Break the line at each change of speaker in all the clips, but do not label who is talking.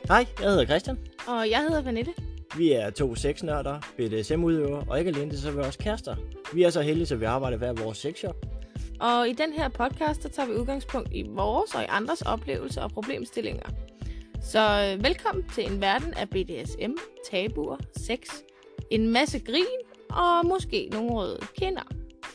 Hej, jeg hedder Christian.
Og jeg hedder Vanette.
Vi er to sexnørder, BDSM-udøvere, og ikke alene det, så er vi også kærester. Vi er så heldige, at vi arbejder hver vores sexshop.
Og i den her podcast, der tager vi udgangspunkt i vores og i andres oplevelser og problemstillinger. Så velkommen til en verden af BDSM, tabuer, sex, en masse grin og måske nogle røde kinder.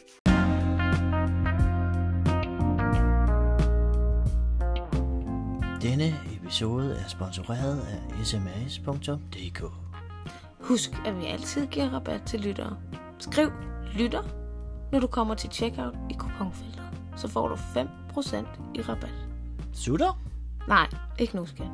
Denne episode er sponsoreret af smas.dk.
Husk, at vi altid giver rabat til lyttere. Skriv lytter, når du kommer til checkout i kuponfeltet. Så får du 5% i rabat.
Sutter?
Nej, ikke nu, skat.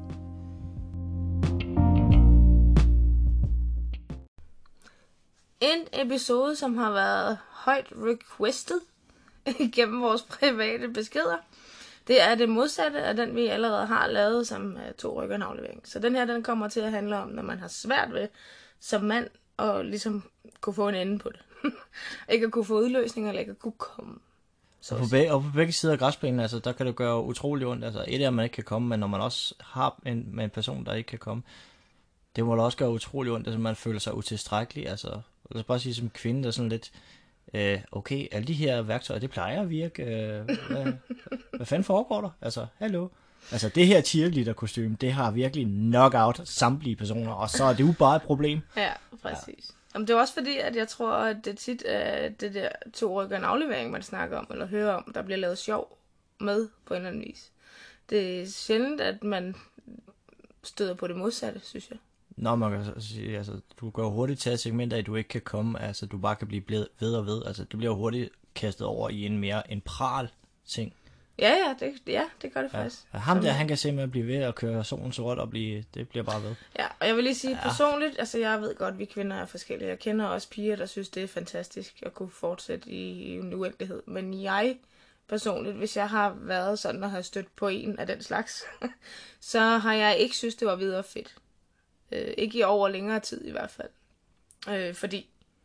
En episode, som har været højt requested gennem vores private beskeder. Det er det modsatte af den, vi allerede har lavet, som er 2 rykker en aflevering. Så den her, den kommer til at handle om, når man har svært ved som mand at ligesom kunne få en ende på det. Ikke at kunne få udløsninger, eller ikke at kunne komme.
Og på begge sider af græsplænen, altså, der kan det gøre utrolig ondt. Altså, et er, at man ikke kan komme, men når man også har en person, der ikke kan komme, det må da også gøre utrolig ondt, at man føler sig utilstrækkelig. Altså, lad os bare sige som kvinde, der er sådan lidt, okay, alle de her værktøjer, det plejer at virke. Hvad fanden foregår der? Altså, hallo? Altså, det her cheerleader-kostume, det har virkelig knockout samtlige personer, og så er det jo bare et problem.
Ja, præcis. Ja. Jamen, det er også fordi, at jeg tror, at det tit er det der 2 rykker en aflevering, man snakker om, eller hører om, der bliver lavet sjov med på en eller anden vis. Det er sjældent, at man støder på det modsatte, synes jeg.
Nå, man kan sige, altså, du går hurtigt til et segment af, at du ikke kan komme, altså, du bare kan blive ved og ved. Altså, du bliver hurtigt kastet over i en pral ting.
Ja, det gør det faktisk.
Ja, ham der, han kan simpelthen blive ved at køre solen sort og det bliver bare ved.
Ja, og jeg vil lige sige personligt, altså jeg ved godt, at vi kvinder er forskellige. Jeg kender også piger, der synes, det er fantastisk at kunne fortsætte i en uendelighed. Men jeg personligt, hvis jeg har været sådan og har stødt på en af den slags, så har jeg ikke synes, det var videre fedt. Ikke i over længere tid i hvert fald. Fordi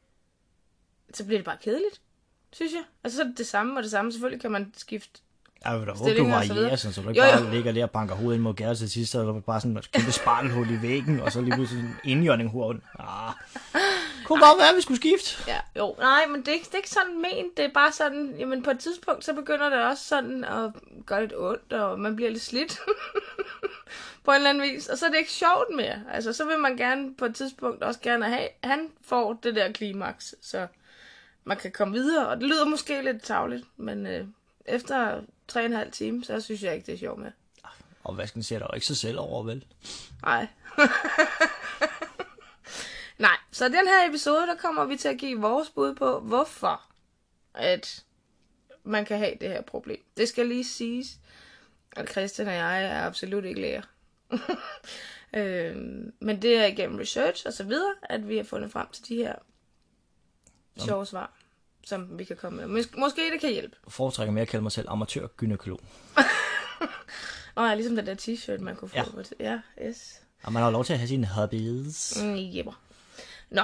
så bliver det bare kedeligt, synes jeg. Altså så er det samme og det samme. Selvfølgelig kan man skifte
stillinger og så videre. Så du ikke bare ligger der og banker hovedet ind mod gæret til sidst, og der bare sådan et kæmpe spartelhul i væggen, og så lige pludselig en indjørning hurtigt. Kunne godt være, at vi skulle skifte.
Ja, jo, nej, men det er ikke sådan ment. Det er bare sådan, jamen på et tidspunkt, så begynder det også sådan at gøre lidt ondt, og man bliver lidt slidt på en eller anden vis. Og så er det ikke sjovt mere. Altså, så vil man gerne på et tidspunkt også gerne have, han får det der klimaks, så man kan komme videre. Og det lyder måske lidt tarveligt, men efter 3,5 timer, så synes jeg ikke, det er sjovt med.
Og hvad skal den sige, der ikke sig selv over, vel?
Nej. Nej, så den her episode, der kommer vi til at give vores bud på, hvorfor at man kan have det her problem. Det skal lige siges, at Christian og jeg er absolut ikke læger. Men det er igennem research og så videre, at vi har fundet frem til de her sjove svar, som vi kan komme med. Måske det kan hjælpe.
Foretrækker mere at kalde mig selv amatør-gynekolog.
Ligesom den der t-shirt, man kunne få. Ja, yes.
Og man har lov til at have sine hobbies.
Jepper. Nå,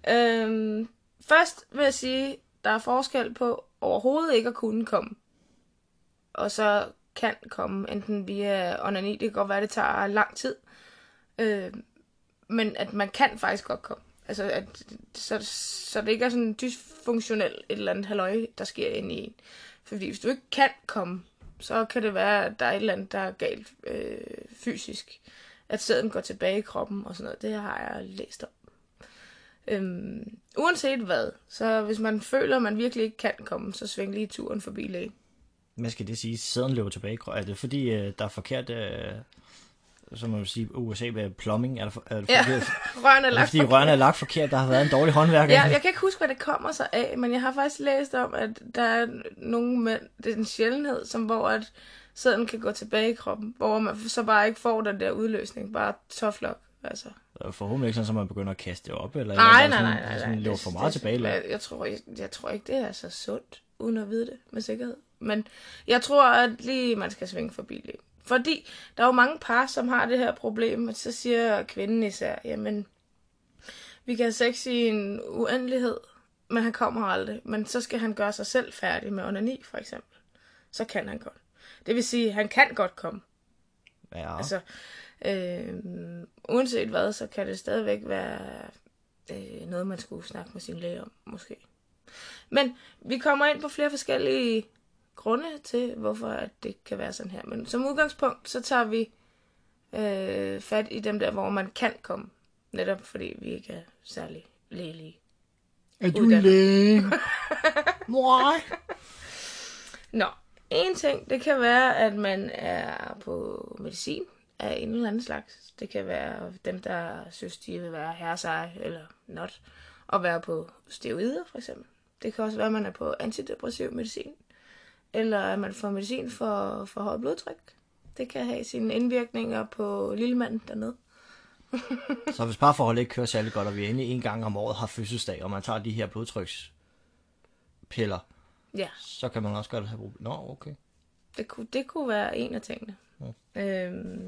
først vil jeg sige, der er forskel på overhovedet ikke at kunne komme. Og så kan komme, enten via onani, det kan godt være, det tager lang tid. Men at man kan faktisk godt komme. Altså, så det ikke er sådan dysfunktionelt et eller andet halløj, der sker inde i en. Fordi hvis du ikke kan komme, så kan det være, at der er et eller andet, der er galt fysisk. At sæden går tilbage i kroppen og sådan noget. Det har jeg læst om. Uanset hvad, så hvis man føler, at man virkelig ikke kan komme, så sving lige turen forbi lægen.
Hvad skal det sige? Sæden løber tilbage. Er det fordi, der er forkert, som man vil sige, USA med plumbing? Er det
rørene er lagt
fordi rørene er lagt forkert, der har været en dårlig håndværker?
Ja, jeg kan ikke huske, hvad det kommer sig af, men jeg har faktisk læst om, at der er nogle mænd, det er en sjældenhed, hvor at sæden kan gå tilbage i kroppen, hvor man så bare ikke får den der udløsning, bare tough luck, altså.
Forhåbentlig ikke sådan, at man begynder at kaste det op, eller
nej.
Sådan løber for meget tilbage.
Jeg tror ikke, det er så sundt, uden at vide det med sikkerhed. Men jeg tror, at lige man skal svinge forbi lægen. Fordi der er jo mange par, som har det her problem, og så siger kvinden især, jamen, vi kan have sex i en uendelighed, men han kommer aldrig. Men så skal han gøre sig selv færdig med onani, for eksempel. Så kan han godt. Det vil sige, at han kan godt komme.
Ja.
Altså, uanset hvad, så kan det stadigvæk være noget, man skulle snakke med sin læge om, måske. Men vi kommer ind på flere forskellige grunde til, hvorfor at det kan være sådan her. Men som udgangspunkt, så tager vi fat i dem der, hvor man kan komme. Netop fordi vi ikke er særlig lægelige.
Er du læge?
Nej. Nå, en ting, det kan være, at man er på medicin af en eller anden slags. Det kan være dem, der synes, de vil være herresej eller not, og være på steroider, for eksempel. Det kan også være, at man er på antidepressiv medicin, eller at man får medicin for højt blodtryk. Det kan have sine indvirkninger på lillemanden dernede.
Så hvis parforholdet ikke kører særlig godt, og vi endelig en gang om året har fødselsdag, og man tager de her blodtrykspiller,
ja,
så kan man også godt have problem. Nå, okay.
Det kunne være en af tingene.
Ja.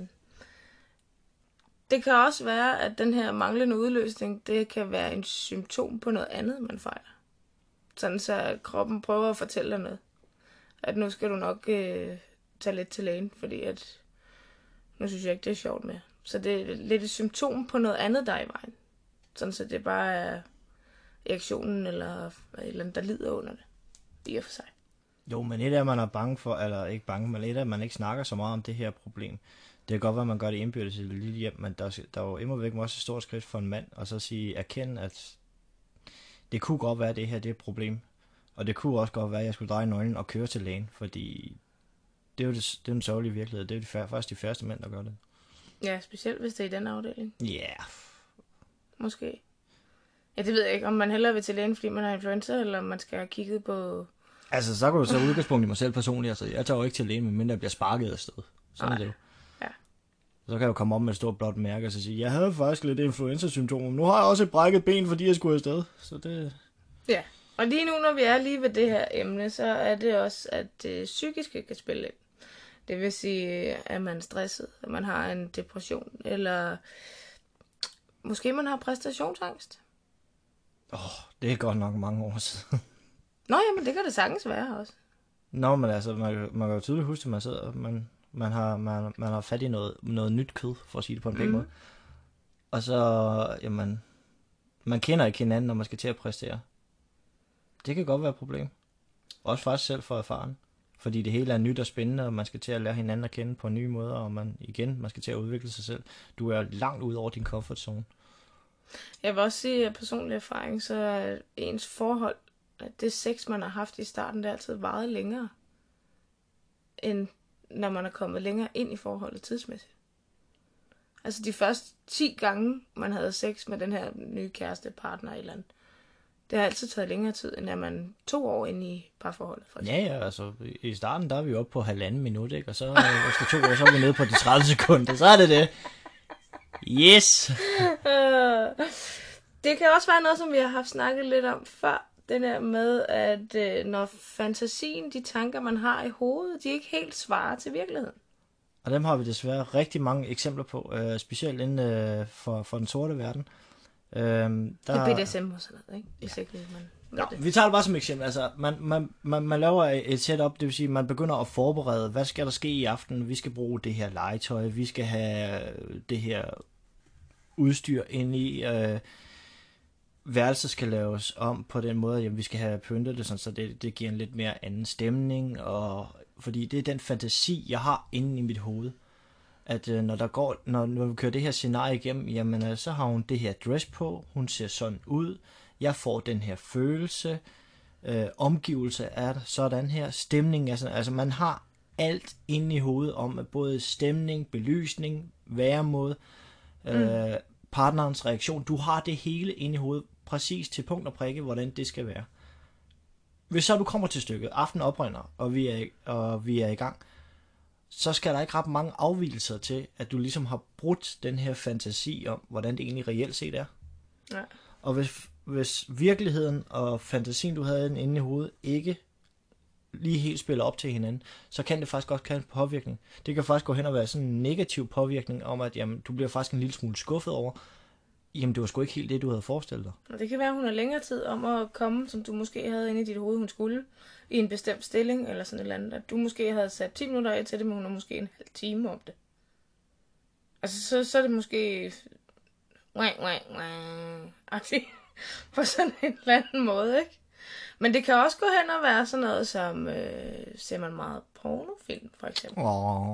Det kan også være, at den her manglende udløsning, det kan være en symptom på noget andet, man fejler. Sådan så kroppen prøver at fortælle dig noget. At nu skal du nok tage lidt til lægen, fordi at nu synes jeg ikke, det er sjovt mere. Så det er lidt et symptom på noget andet, der er i vejen. Sådan så det bare er erektionen eller et eller andet, der lider under det. I og for sig.
Jo, men et af man er bange for, eller ikke bange, men et af man ikke snakker så meget om det her problem. Det kan godt være, at man gør det indbyrdes i det lille hjem, men der er jo immer væk også et stort skridt for en mand, og så erkende, at det kunne godt være, at det her det er et problem. Og det kunne også godt være, at jeg skulle dreje nøglen og køre til lægen, fordi det er jo det er den sørgelige virkelighed. Det er jo faktisk de færreste mænd, der gør det.
Ja, specielt hvis det er i den afdeling.
Ja. Yeah.
Måske. Ja, det ved jeg ikke, om man hellere vil til lægen, fordi man har influenza, eller om man skal have kigget på...
Altså, så kan du tage udgangspunkt i mig selv personligt. Altså, jeg tager jo ikke til lægen, medmindre jeg bliver sparket afsted. Sådan er det jo.
Ja.
Så kan jeg jo komme op med et stort blåt mærke og så sige, jeg havde faktisk lidt influenza-symptomer, men nu har jeg også et brækket ben, fordi jeg skulle afsted. Så det...
Ja, og lige nu, når vi er lige ved det her emne, så er det også, at det psykiske kan spille ind. Det vil sige, at man er stresset, at man har en depression, eller måske man har præstationsangst.
Det er godt nok mange år siden.
Nå ja, men det kan det sagtens være også.
Nå, men altså, man kan jo tydeligt huske, at man sidder, man har fat i noget nyt kød, for at sige det på en pæn måde. Og så, jamen, man kender ikke hinanden, når man skal til at præstere. Det kan godt være et problem. Også faktisk selv for erfaren. Fordi det hele er nyt og spændende, og man skal til at lære hinanden at kende på en ny måde, og man skal til at udvikle sig selv. Du er langt ud over din comfort zone. Jeg
vil også sige, at personlig erfaring, så er ens forhold, at det sex, man har haft i starten, det er altid varet længere, end når man er kommet længere ind i forholdet tidsmæssigt. Altså de første 10 gange, man havde sex med den her nye kæreste, partner eller andet, det har altid taget længere tid, end at man 2 år inde i parforholdet. For
eksempel. Ja, altså i starten, der er vi oppe på 1,5 minut, ikke? Og så efter 2 år, så er vi nede på de 30 sekunder. Så er det. Yes!
Det kan også være noget, som vi har haft snakket lidt om før. Det der med, at når fantasien, de tanker, man har i hovedet, de ikke helt svarer til virkeligheden.
Og dem har vi desværre rigtig mange eksempler på, specielt inden for den sorte verden.
Det er BDSM og sådan noget, ikke? Hvis ikke man
vi tager det bare som eksempel. Altså, man laver et setup, det vil sige, man begynder at forberede, hvad skal der ske i aften? Vi skal bruge det her legetøj, vi skal have det her udstyr ind i... værelset skal laves om på den måde, at vi skal have pyntet det, sådan, så det giver en lidt mere anden stemning, og fordi det er den fantasi, jeg har inde i mit hoved, at når vi kører det her scenarie igennem, jamen så har hun det her dress på, hun ser sådan ud, jeg får den her følelse, omgivelse er sådan her, stemning er sådan, altså man har alt inde i hovedet om, at både stemning, belysning, væremåde, partnerens reaktion, du har det hele inde i hovedet, præcis til punkt og prikke, hvordan det skal være. Hvis så du kommer til stykket, aften oprinder, og vi er i gang, så skal der ikke ret mange afvigelser til, at du ligesom har brudt den her fantasi om, hvordan det egentlig reelt set er.
Ja.
Og hvis virkeligheden og fantasien, du havde inde i hovedet, ikke lige helt spiller op til hinanden, så kan det faktisk godt have en påvirkning. Det kan faktisk gå hen og være sådan en negativ påvirkning om, at jamen, du bliver faktisk en lille smule skuffet over, jamen det var sgu ikke helt det, du havde forestillet dig.
Og det kan være, at hun har længere tid om at komme, som du måske havde inde i dit hoved, hun skulle, i en bestemt stilling, eller sådan et eller andet. At du måske havde sat 10 minutter af til det, men hun har måske en halv time om det. Altså, så er det måske... på sådan en eller anden måde, ikke? Men det kan også gå hen og være sådan noget som... ser man meget pornofilm, for eksempel.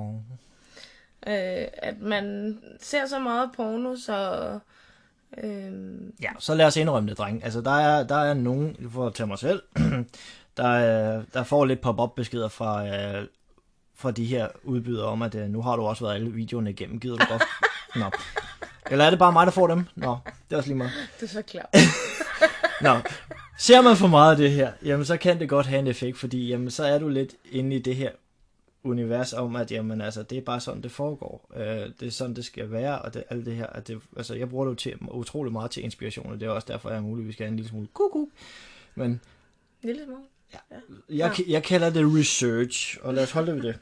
At man ser så meget porno, så...
Ja, så lad os indrømme det, dreng. Altså, der er nogen, for at tage mig selv, der får lidt pop-up beskeder fra de her udbydere om, at nu har du også været alle videoerne igennem. Gider du godt? Nå. Eller er det bare mig, der får dem? Nå, det er også lige meget.
Det er så klart.
Nå, ser man for meget af det her, jamen så kan det godt have en effekt, fordi jamen, så er du lidt inde i det her univers om, at jamen, altså, det er bare sådan, det foregår. Det er sådan, det skal være, og alt det her. At det, altså, jeg bruger det jo utrolig meget til inspiration, og det er også derfor, jeg er mulig, vi skal have en lille smule kuk. Men
lille smule?
Ja. Jeg kalder det research, og lad os holde det ved det.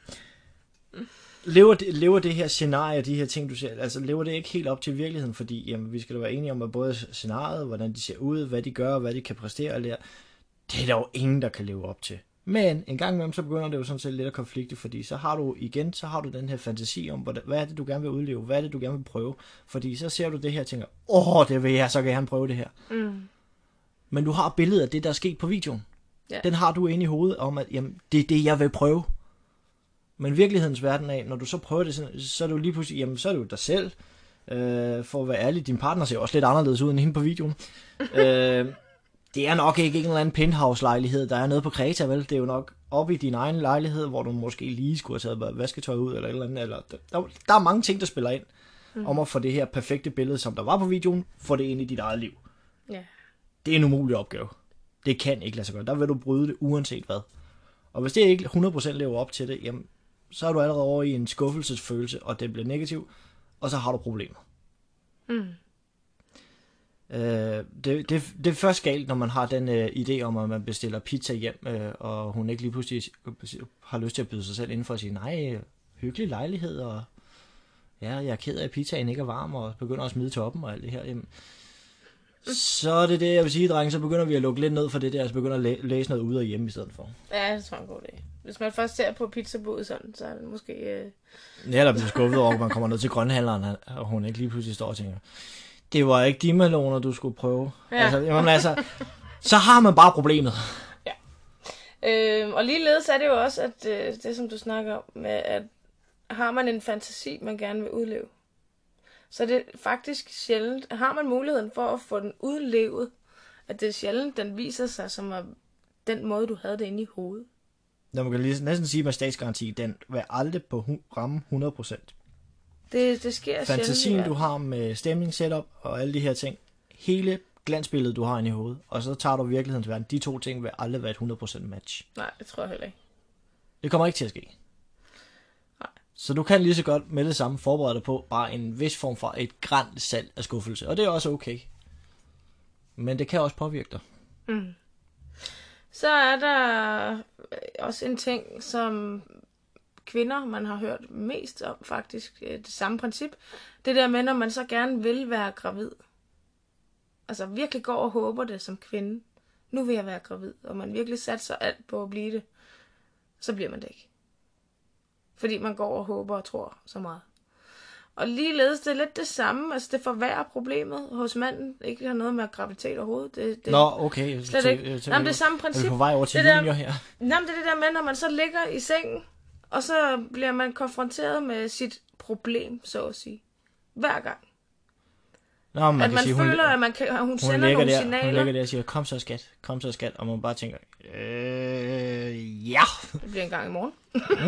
Lever det her scenarie, de her ting, du ser, altså lever det ikke helt op til virkeligheden, fordi jamen, vi skal da være enige om, at både scenariet, hvordan de ser ud, hvad de gør, hvad de kan præstere, og det er der jo ingen, der kan leve op til. Men en gang imellem, så begynder det jo sådan set lidt at konflikte, fordi så har du den her fantasi om, hvad er det, du gerne vil udleve, hvad er det, du gerne vil prøve, fordi så ser du det her og tænker, det vil jeg så gerne prøve det her. Men du har billedet af det, der er sket på videoen. Ja. Den har du inde i hovedet om, at jamen, det er det, jeg vil prøve. Men virkelighedens verden af, når du så prøver det, så er du lige pludselig, jamen så er det jo dig selv. For at være ærlig, din partner ser også lidt anderledes ud end hende på videoen. Det er nok ikke en eller anden penthouse-lejlighed, der er nede på Kreta, vel? Det er jo nok oppe i din egen lejlighed, hvor du måske lige skulle have taget vasketøj ud, eller et eller andet. Eller, der er mange ting, der spiller ind, om at få det her perfekte billede, som der var på videoen, få det ind i dit eget liv.
Ja.
Det er en umulig opgave. Det kan ikke lade sig gøre. Der vil du bryde det, uanset hvad. Og hvis det ikke 100% lever op til det, jamen, så er du allerede over i en skuffelsesfølelse, og det bliver negativ, og så har du problemer. Det er først galt, når man har den idé om, at man bestiller pizza hjem, og hun ikke lige pludselig har lyst til at byde sig selv indenfor og sige, nej, hyggelig lejlighed, og ja, jeg er ked af, at pizzaen ikke er varm, og begynder at smide toppen og alt det her. Jamen, så er det, jeg vil sige, drenge, så begynder vi at lukke lidt ned for det der, og så begynder at læse noget ude og hjemme i stedet for.
Ja, det tror jeg er en god idé. Hvis man først ser på pizzabudet sådan, så er det måske...
Ja, der bliver skuffet over, at man kommer ned til grønhandleren, og hun ikke lige pludselig står og tænker, det var ikke de meloner, du skulle prøve. Ja. Altså, så har man bare problemet.
Ja. Og ligeledes er det jo også, at det som du snakker om, med at har man en fantasi, man gerne vil udleve, så er det faktisk sjældent, har man muligheden for at få den udlevet, at det er sjældent, den viser sig som den måde, du havde det inde i hovedet.
Når man kan næsten sige med statsgaranti, den vil aldrig på ramme 100%.
Det sker
fantasien,
sjældent.
du har med stemning, setup og alle de her ting. Hele glansbilledet, du har inde i hovedet. Og så tager du virkelighedens verden. De to ting vil aldrig være et 100% match.
Nej, det tror jeg heller ikke.
Det kommer ikke til at ske.
Nej.
Så du kan lige så godt med det samme forberede dig på bare en vis form for et grant salg af skuffelse. Og det er også okay. Men det kan også påvirke dig.
Så er der også en ting, som kvinder, man har hørt mest om faktisk, det samme princip. Det der med, når man så gerne vil være gravid. Altså virkelig går og håber det som kvinde. Nu vil jeg være gravid, og man virkelig satser alt på at blive det. Så bliver man det ikke. Fordi man går og håber og tror så meget. Og ligeledes, det er lidt det samme. Altså det forværrer problemet hos manden. Ikke har noget med graviditet overhovedet.
Nå, okay.
Slet ikke. Jamen, det er samme princip.
Er vi på vej over til junior her?
Jamen, det er det der med, når man så ligger i sengen, og så bliver man konfronteret med sit problem, så at sige. Hver gang.
Nå, man
at
kan
man
sige,
føler, at hun sender nogle signaler.
Hun ligger der og siger, kom så skat, og man bare tænker, ja.
Det bliver en gang i morgen.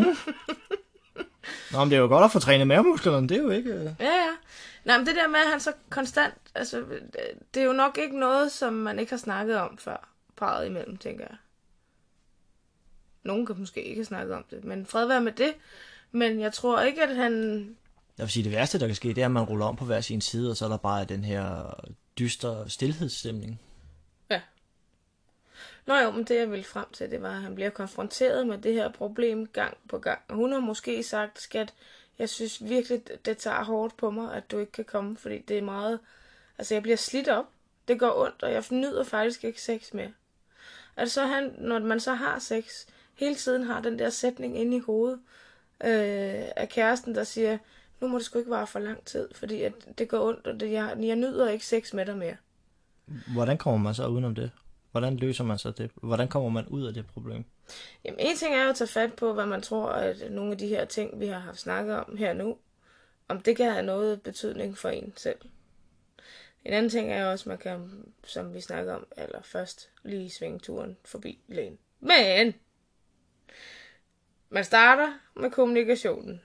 Nå, men det er jo godt at få trænet mavemusklerne, det er jo ikke...
Ja. Nej, men det der med, at han så konstant, altså, det er jo nok ikke noget, som man ikke har snakket om før, parret imellem, tænker jeg. Nogen kan måske ikke have snakket om det, men fred være med det. Men jeg tror ikke, at han...
Jeg vil sige, det værste, der kan ske, det er, at man ruller om på hver sin side, og så er der bare den her dystre stilhedsstemning.
Ja. Nå jo, men det jeg ville frem til, det var, at han bliver konfronteret med det her problem gang på gang. Og hun har måske sagt, skat, jeg synes virkelig, det tager hårdt på mig, at du ikke kan komme, fordi det er meget... Altså, jeg bliver slidt op. Det går ondt, og jeg nyder faktisk ikke sex mere. Altså, når man så har sex, hele tiden har den der sætning inde i hovedet af kæresten, der siger, nu må det sgu ikke vare for lang tid, fordi at det går ondt, og jeg nyder ikke sex med dig mere.
Hvordan kommer man så udenom det? Hvordan løser man så det? Hvordan kommer man ud af det problem?
Jamen, en ting er jo at tage fat på, hvad man tror, at nogle af de her ting, vi har haft snakket om her nu, om det kan have noget betydning for en selv. En anden ting er også, man kan, som vi snakker om allerførst, lige svinge turen forbi lægen. Men man starter med kommunikationen.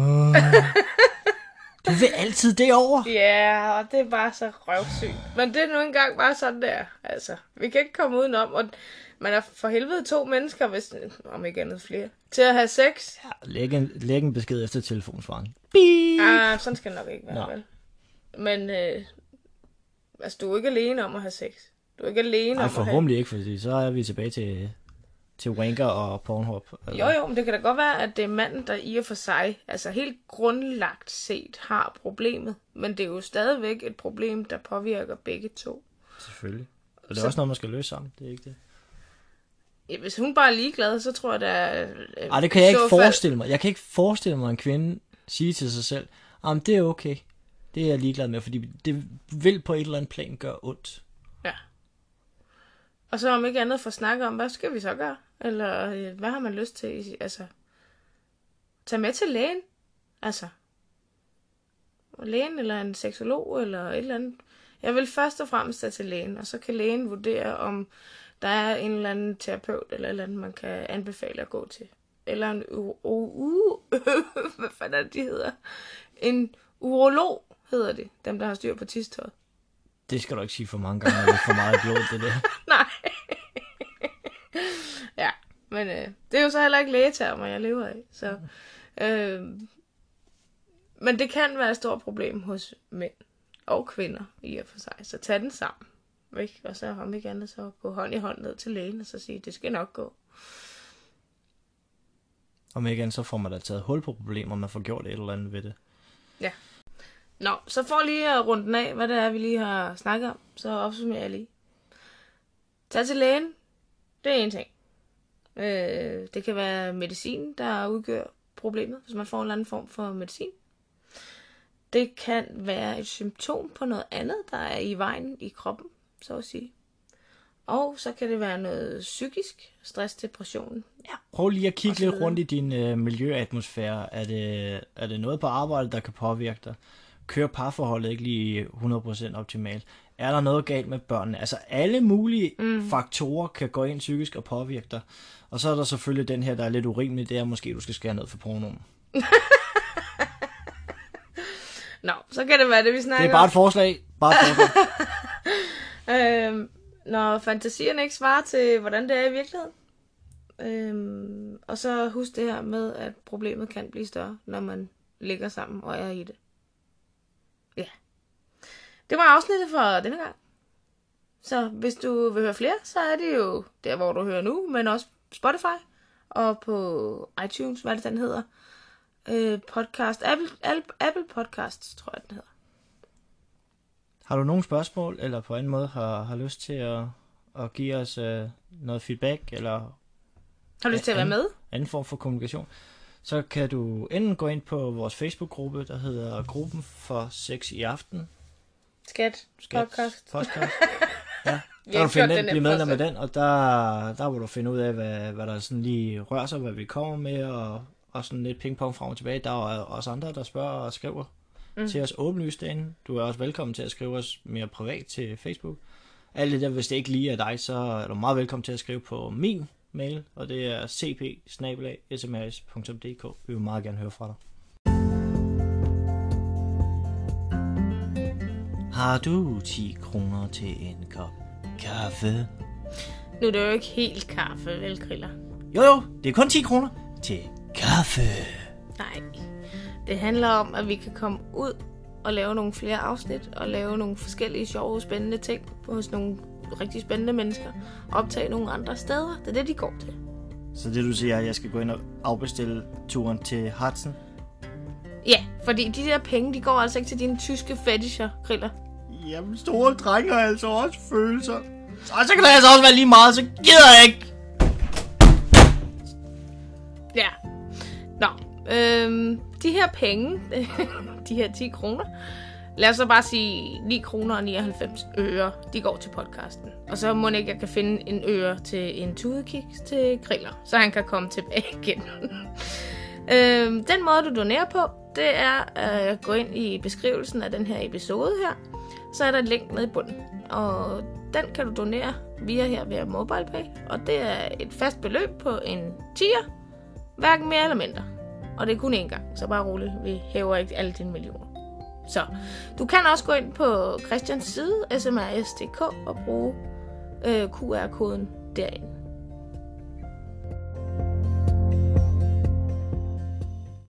Du vil altid derover.
Ja, og det er bare så røvsygt. Men det er nu engang bare sådan, det er. Altså, vi kan ikke komme udenom, og man er for helvede 2 mennesker, hvis, om ikke andet flere, til at have sex.
Ja, læg en besked efter telefonsvaren.
Sådan skal det nok ikke være, vel? Men, altså, du er ikke alene om at have sex. Du er ikke alene om at have...
forhåbentlig ikke, fordi så er vi tilbage til wanker og Pornhub.
Jo, men det kan da godt være, at det er manden, der i og for sig, altså helt grundlagt set, har problemet. Men det er jo stadigvæk et problem, der påvirker begge to.
Selvfølgelig. Og det er også noget, man skal løse sammen, det er ikke det?
Ja, hvis hun bare er ligeglad, så tror jeg, der er...
det kan jeg ikke forestille mig. Jeg kan ikke forestille mig, en kvinde sige til sig selv, det er okay. Det er jeg ligeglad med, fordi det vil på et eller andet plan gøre ondt.
Ja. Og så om ikke andet for at snakke om, hvad skal vi så gøre? Eller hvad har man lyst til? Altså, tag med til lægen. Altså, lægen eller en seksolog eller et eller andet. Jeg vil først og fremmest tage til lægen, og så kan lægen vurdere, om der er en eller anden terapeut eller et eller andet, man kan anbefale at gå til. Eller en hvad fanden er det, de hedder? En urolog hedder det, dem der har styr på tistøjet.
Det skal du ikke sige for mange gange, eller for meget blod, det der.
Nej. Ja, men det er jo så heller ikke lægetermer, jeg lever af. Så, men det kan være et stort problem hos mænd og kvinder i og for sig. Så tag den sammen. Ikke? Og så om ikke andet, så gå hånd i hånd ned til lægen og så sige, det skal nok gå.
Om ikke andet, så får man da taget hul på problemer, og man får gjort et eller andet ved det.
Ja. Nå, så for lige at runde den af, hvad det er, vi lige har snakket om, så opsummerer jeg lige. Tag til lægen. Det er en ting. Det kan være medicin, der udgør problemet, hvis man får en eller anden form for medicin. Det kan være et symptom på noget andet, der er i vejen i kroppen, så at sige. Og så kan det være noget psykisk, stress, depression.
Ja. Prøv lige at kigge lidt rundt i din miljøatmosfære. Er det noget på arbejdet, der kan påvirke dig? Kører parforholdet ikke lige 100% optimalt? Er der noget galt med børnene? Altså alle mulige faktorer kan gå ind psykisk og påvirke dig. Og så er der selvfølgelig den her, der er lidt urimelig, det er måske, du skal skære ned for pornoen.
Nå, så kan det være det, vi snakker om.
Det er bare et forslag.
Når fantasierne ikke svarer til, hvordan det er i virkeligheden. Og så husk det her med, at problemet kan blive større, når man ligger sammen og er i det. Ja. Det var afsnittet for denne gang. Så hvis du vil høre flere, så er det jo der, hvor du hører nu, men også Spotify og på iTunes, hvad det den hedder. Podcast, Apple Podcasts, tror jeg, den hedder.
Har du nogle spørgsmål, eller på en måde har lyst til at give os noget feedback, eller
har lyst til at være med?
Anden form for kommunikation, så kan du enten gå ind på vores Facebook-gruppe, der hedder Gruppen for Sex i Aften.
Skat podcast.
Ja, der kan du blive medlem med den, og der vil du finde ud af, hvad der sådan lige rører sig, hvad vi kommer med, og sådan lidt pingpong frem og tilbage. Der er også andre, der spørger og skriver til os åbenlyst derinde. Du er også velkommen til at skrive os mere privat til Facebook. Alt det der, hvis det ikke lige er dig, så er du meget velkommen til at skrive på min mail, og det er cp@smrs.dk. Vi vil meget gerne høre fra dig. Har du 10 kroner til en kop kaffe?
Nu er det jo ikke helt kaffe, vel, Kriller?
Jo, det er kun 10 kroner til kaffe.
Nej, det handler om, at vi kan komme ud og lave nogle flere afsnit, og lave nogle forskellige sjove, spændende ting hos nogle rigtig spændende mennesker, og optage nogle andre steder. Det er det, de går til.
Så det, du siger, at jeg skal gå ind og afbestille turen til Hudson?
Ja, fordi de der penge, de går altså ikke til dine tyske fetisher, Kriller.
Jamen, store drenge har altså også følelser. Og så kan det altså også være lige meget, så gider jeg ikke.
Ja. Nå, De her penge, de her 10 kroner, lad os så bare sige 9 kroner og 99 øre, de går til podcasten. Og så må jeg kan finde en øre til en tudekiks til Griller, så han kan komme tilbage igen. Den måde, du donerer på, det er at gå ind i beskrivelsen af den her episode her. Så er der et link nede i bunden, og den kan du donere via MobilePay. Og det er et fast beløb på en 10'er, hverken mere eller mindre. Og det er kun én gang, så bare roligt, vi hæver ikke alle dine millioner. Så du kan også gå ind på Christians side, smrs.dk, og bruge QR-koden derinde.